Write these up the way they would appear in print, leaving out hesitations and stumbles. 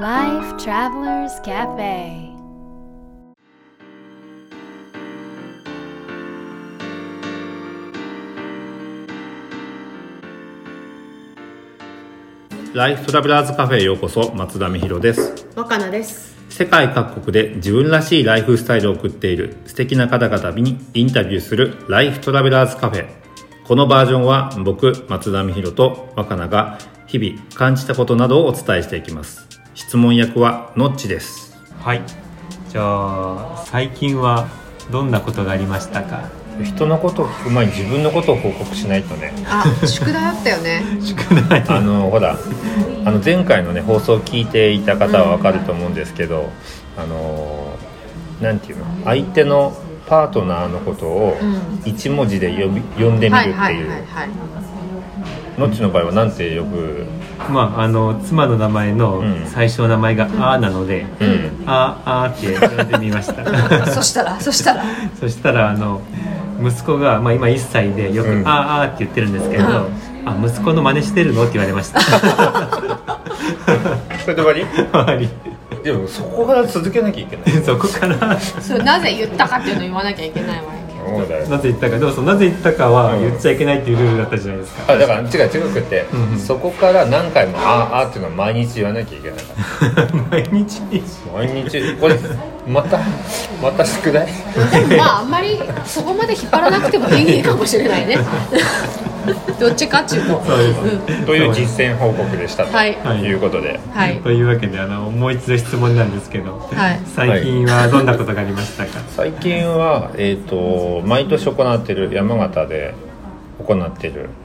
Life Travelers Cafe。 ライフトラベラーズカフェへようこそ。松田美弘です。 若菜です。 世界各国で自分らしいライフスタイルを送っている素敵な方々にインタビューするライフトラベラーズカフェ。このバージョンは僕松田美弘と若菜が日々感じたことなどをお伝えしていきます。質問役はのっちです。 はい、じゃあ最近はどんなことがありましたか？ 人のことを聞く前に自分のことを報告しないとね。 宿題あったよね。 宿題ほら前回のね放送を聞いていた方は分かると思うんですけど、なんていうの、相手のパートナーのことを一文字で呼んでみるっていう。のっちの場合はなんて呼ぶ？ 妻の名前の最初の名前があーなので、あーって呼んでみました。 そしたら息子が、今1歳でよく、あーって言ってるんですけど、息子の真似してるのって言われました。 それで終わり？ 終わり。 でもそこから続けなきゃいけない。 そこからそうなぜ言ったかっていうのを言わなきゃいけないわけ。 なぜ言ったか、でもなぜ言ったかは言っちゃいけないっていうルールだったじゃないですか。 だから違くて、そこから何回もあーっていうのを毎日言わなきゃいけないから。 毎日これまた宿題。 でもあんまりそこまで引っ張らなくてもいいかもしれないね。どっちかっていうと。 そうです、 という実践報告でしたということで、 というわけでもう一度質問なんですけど、最近はどんなことがありましたか？ 最近は、毎年行っている山形で行っている、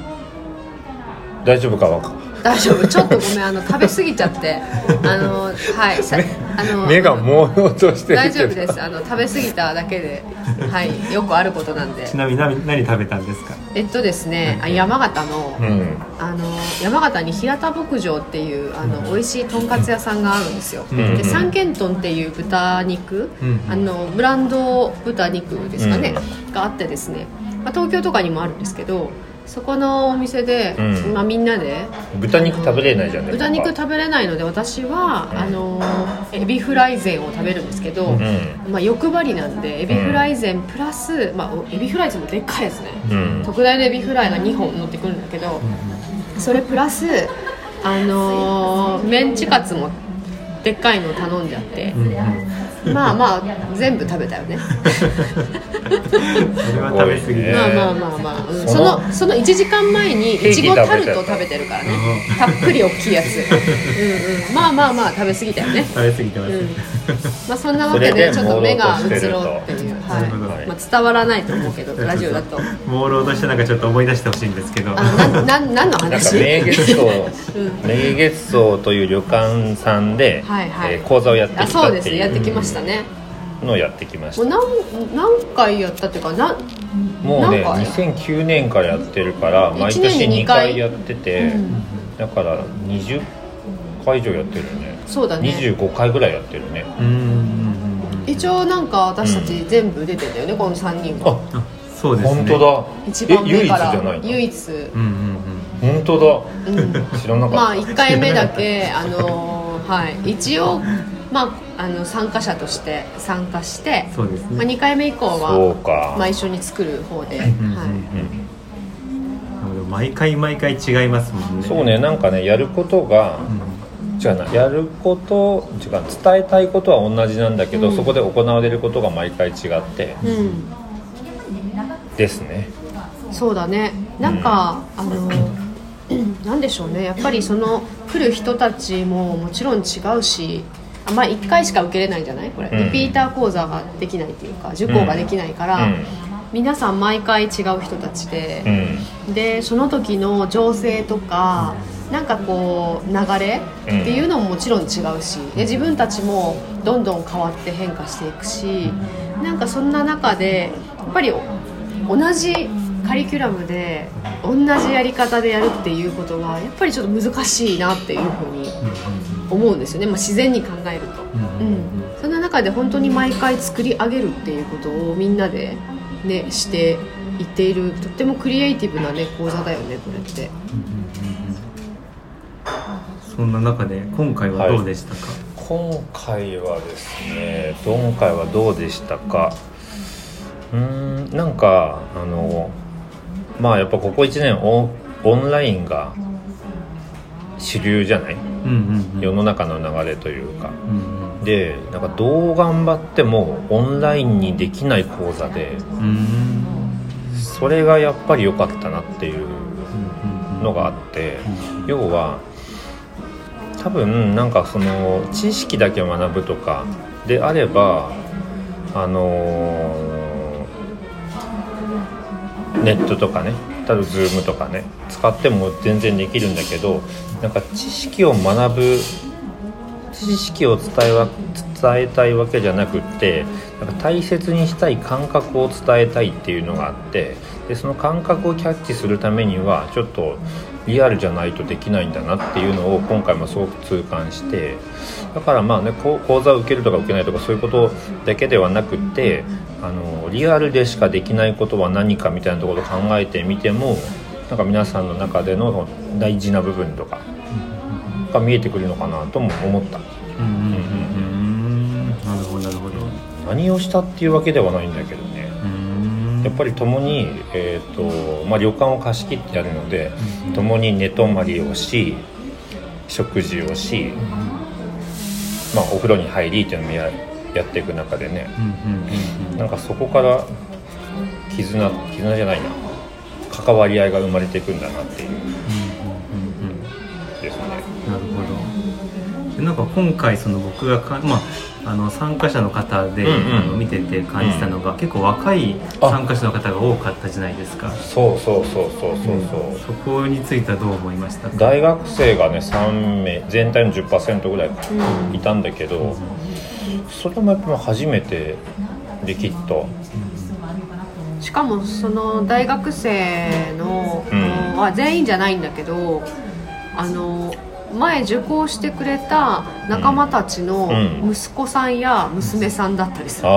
大丈夫かわか大丈夫、ちょっとごめん、食べ過ぎちゃって目が朦朧としてるけど大丈夫です。食べ過ぎただけで、よくあることなんで。 ちなみに何食べたんですか？ ですね、山形の、山形に平田牧場っていう美味しいとんかつ屋さんがあるんですよ。で三元豚っていう豚肉、ブランド豚肉ですかね、があってですね、東京とかにもあるんですけど、そこのお店で、みんなで豚肉食べれないじゃないですか。 豚肉食べれないので、私はエビフライ膳を食べるんですけど、欲張りなんでエビフライ膳プラス、エビフライ膳もでっかいやつね、特大のエビフライが2本乗ってくるんだけど、それプラスメンチカツもでっかいの頼んじゃって、全部食べたよね。 それは食べ過ぎ。 その1時間前にいちごタルト食べてるからね。たっぷり大きいやつ。食べ過ぎたよね。 食べ過ぎてます。 そんなわけでちょっと目がうつろっていう、伝わらないと思うけど、ラジオだと朦朧としてちょっと思い出してほしいんですけど、 何の話？ 明月荘という旅館さんで講座をやってきたっていう。 そうです、やってきましたね。 のやってきました。 もう何回やったっていうか、 もうね2009年からやってるから毎年2回やってて、だから20回以上やってるよね。 そうだね、 25回ぐらいやってるね。 一応私たち全部出てたよね、この3人は。 そうですね、 本当だ。 一番目から唯一じゃないの？ 唯一。 本当だ。知らなかった。 1回目だけ一応参加者として参加して、 そうですね、 2回目以降は一緒に作る方で、 毎回違いますもんね。 そうね、やることが、伝えたいことは同じなんだけど、そこで行われることが毎回違って、ですね。 そうだね、なんでしょうね、やっぱりその来る人たちももちろん違うし、1回しか受けれないじゃないこれ、リピーター講座ができないっていうか、受講ができないから、皆さん毎回違う人たちで、でその時の情勢とか流れっていうのももちろん違うし、で自分たちもどんどん変わって変化していくし、そんな中でやっぱり同じカリキュラムで同じやり方でやるっていうことがやっぱりちょっと難しいなっていうふうに思うんですよね、自然に考えると、そんな中で本当に毎回作り上げるっていうことをみんなで、していっている、とってもクリエイティブな、講座だよねこれって。 そんな中で今回はどうでしたか？ 今回はですね、今回はどうでしたか。なんかまあやっぱここ1年オンラインが主流じゃない、世の中の流れというか、でなんかどう頑張ってもオンラインにできない講座で、それがやっぱり良かったなっていうのがあって、要は多分なんかその知識だけ学ぶとかであればネットとかね、例えば Zoom とかね使っても全然できるんだけど、なんか知識を学ぶ、知識を伝えたいわけじゃなくって、なんか大切にしたい感覚を伝えたいっていうのがあって、でその感覚をキャッチするためにはちょっとリアルじゃないとできないんだなっていうのを今回もすごく痛感して、だからまあね、講座を受けるとか受けないとかそういうことだけではなくってリアルでしかできないことは何かみたいなところを考えてみても、なんか皆さんの中での大事な部分とかが見えてくるのかなとも思った。 なるほどなるほど。 何をしたっていうわけではないんだけどね、やっぱり共に、旅館を貸し切ってやるので、共に寝泊まりをし、食事をし、お風呂に入りっていうのもやっていく中でね、なんかそこから絆じゃないな、関わり合いが生まれていくんだなっていうですね。 なるほど。でなんか今回その僕が参加者の方で、見てて感じたのが、結構若い参加者の方が多かったじゃないですか。 そう、そこについてはどう思いましたか？ 大学生がね3名、全体の 10% ぐらいいたんだけど、それもやっぱ初めてできっと、 しかもその大学生のは全員じゃないんだけど、前受講してくれた仲間たちの息子さんや娘さんだったりするん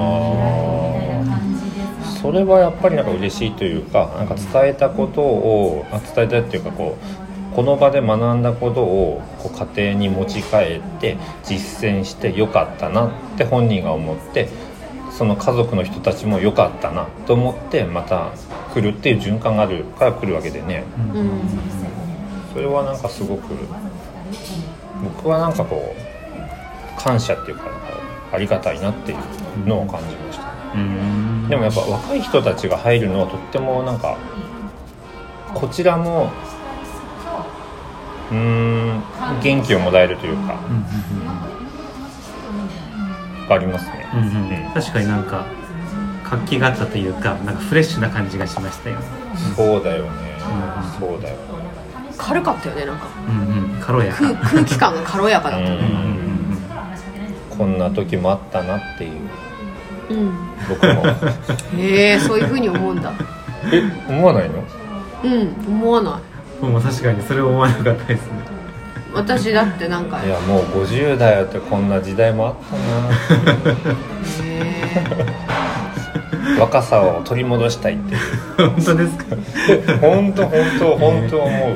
ですよ。 それはやっぱりなんか嬉しいというか、なんか伝えたことを伝えたっていうか、この場で学んだことを家庭に持ち帰って実践してよかったなって本人が思って、その家族の人たちもよかったなと思ってまた来るっていう循環があるから来るわけでね、それはなんかすごく僕はなんか感謝っていうか、なんかありがたいなっていうのを感じました。でもやっぱ若い人たちが入るのはとってもなんかこちらも元気をもらえるというか、ありますね。 確かになんか活気があったというか、なんかフレッシュな感じがしましたよ。 そうだよね、そうだよ。 軽かったよね、なんか、 軽やか、 空気感が軽やかだったね。 こんな時もあったなっていう、僕もそういう風に思うんだ。 思わないの？ 思わない。 もう確かにそれを思わなかったですね。 私だってなんか、 いやもう50代やってこんな時代もあったな。若さを取り戻したいっていう。 本当ですか？ 本当思う。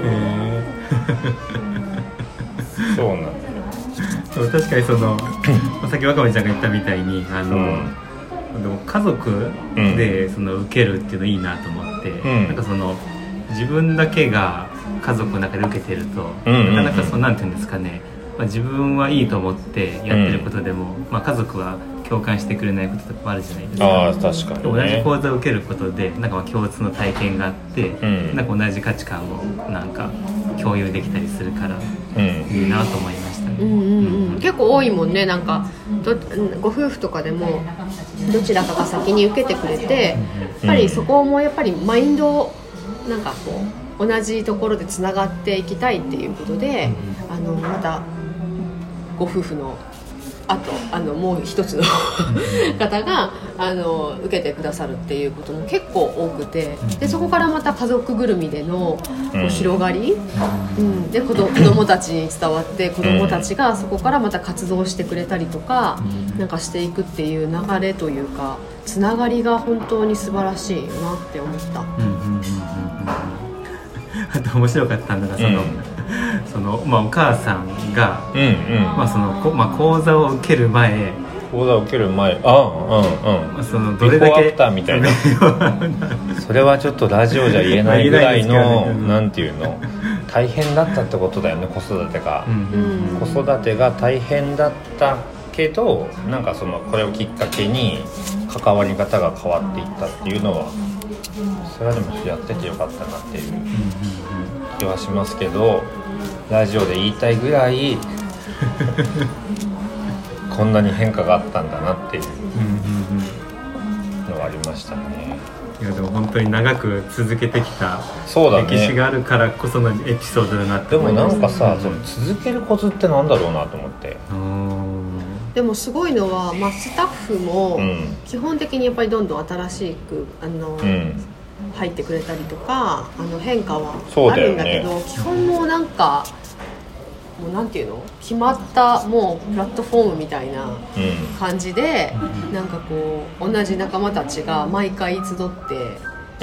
そうなんだよ。 確かにそのさっき若林ちゃんが言ったみたいにでも家族でその受けるっていうのいいなと思って、なんかその自分だけが家族の中で受けてると、なかなかなんていうんですかね、自分はいいと思ってやってることでも、家族は共感してくれないこととかもあるじゃないですか。 確かにね。 同じ講座を受けることでなんか共通の体験があって、なんか同じ価値観をなんか共有できたりするから、いいなと思いましたね。 結構多いもんね。なんかご夫婦とかでもどちらかが先に受けてくれて、やっぱりそこもやっぱりマインドをなんか同じところでつながっていきたいっていうことで、またご夫婦のあともう一つの方が受けてくださるっていうことも結構多くて、でそこからまた家族ぐるみでの広がり、で子供たちに伝わって、子供たちがそこからまた活動してくれたりとか、なんかしていくっていう流れというか、つながりが本当に素晴らしいなって思った。 あと面白かったのがその、お母さんが、その講座を受ける前そのどれだけビフォーアフターみたいなそれはちょっとラジオじゃ言えないぐらいのなんていうの大変だったってことだよね、子育てが、子育てが大変だったけど、なんかそのこれをきっかけに関わり方が変わっていったっていうのは、それはでもやっててよかったなっていう気はしますけど、ラジオで言いたいぐらいこんなに変化があったんだなっていうのがありましたね。 いやでも本当に長く続けてきた歴史があるからこそのエピソードだなって思いました。 でもなんかさ、その続けるコツってなんだろうなと思って。 でもすごいのは、スタッフも基本的にやっぱりどんどん新しく入ってくれたりとか変化はあるんだけど、基本もうなんかもうなんていうの、決まったもうプラットフォームみたいな感じで、なんかこう同じ仲間たちが毎回集って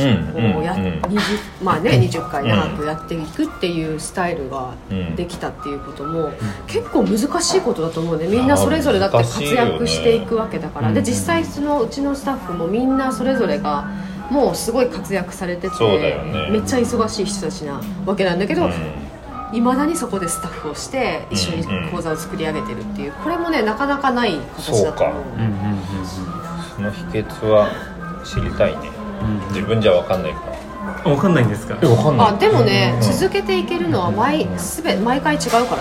20回長くやっていくっていうスタイルができたっていうことも結構難しいことだと思うね。みんなそれぞれだって活躍していくわけだから。で実際そのうちのスタッフもみんなそれぞれがもうすごい活躍されてて、めっちゃ忙しい人たちなわけなんだけど、いまだにそこでスタッフをして一緒に講座を作り上げてるっていう、これもねなかなかない形だと思う。 その秘訣は知りたいね。自分じゃ分かんないから。 分かんないんですか？ 分かんない。 でもね、続けていけるのは毎回違うからだよ。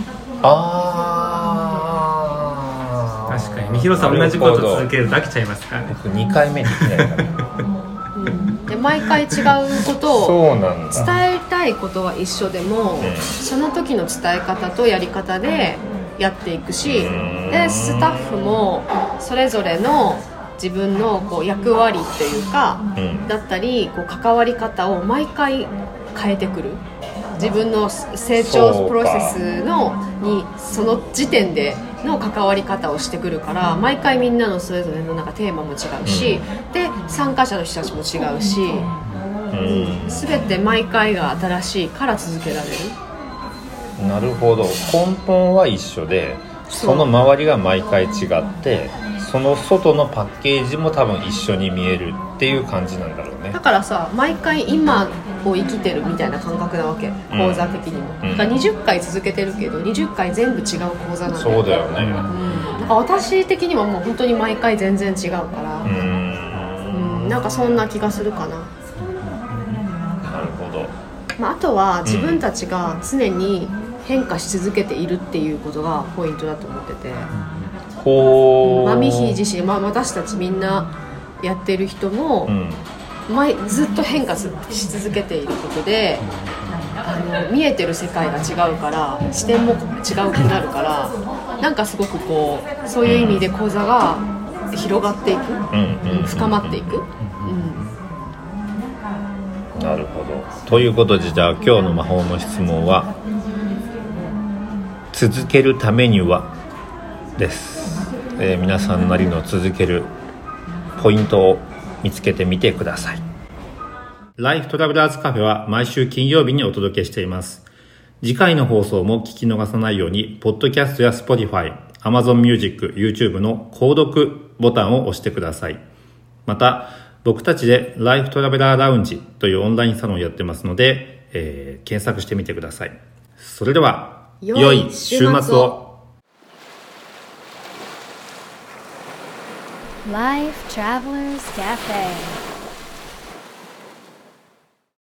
確かにみひろさん同じこと続けると飽きちゃいますからね。 僕2回目できないからで毎回違うことを伝えたいことは一緒でも、その時の伝え方とやり方でやっていくし、でスタッフもそれぞれの自分のこう役割っていうか、だったりこう関わり方を毎回変えてくる。自分の成長プロセスにその時点での関わり方をしてくるから、毎回みんなのそれぞれのなんかテーマも違うし、で参加者の人たちも違うし、全て毎回が新しいから続けられる。 なるほど。根本は一緒で、その周りが毎回違って、その外のパッケージも多分一緒に見えるっていう感じなんだろうね。 だからさ、毎回今を生きてるみたいな感覚なわけ、講座的にも。だから20回続けてるけど20回全部違う講座なんだよ。 そうだよね。 なんか私的にはもう本当に毎回全然違うから、なんかそんな気がするかな。 なるほど。 あとは自分たちが常に変化し続けているっていうことがポイントだと思ってて、ミヒ自身、私たちみんなやってる人も、ずっと変化し続けていることで、見えてる世界が違うから視点も違うくなるから、なんかすごくこうそういう意味で講座が広がっていく、深まっていく。 なるほど。ということで、じゃあ今日の魔法の質問は、続けるためにはです。皆さんなりの続けるポイントを見つけてみてください。ライフトラベラーズカフェは毎週金曜日にお届けしています。次回の放送も聞き逃さないように、ポッドキャストや Spotify、Amazon Music、YouTube の購読ボタンを押してください。また、僕たちでライフトラベラーラウンジというオンラインサロンをやってますので、検索してみてください。それでは、良い週末を。 Life Travelers Cafe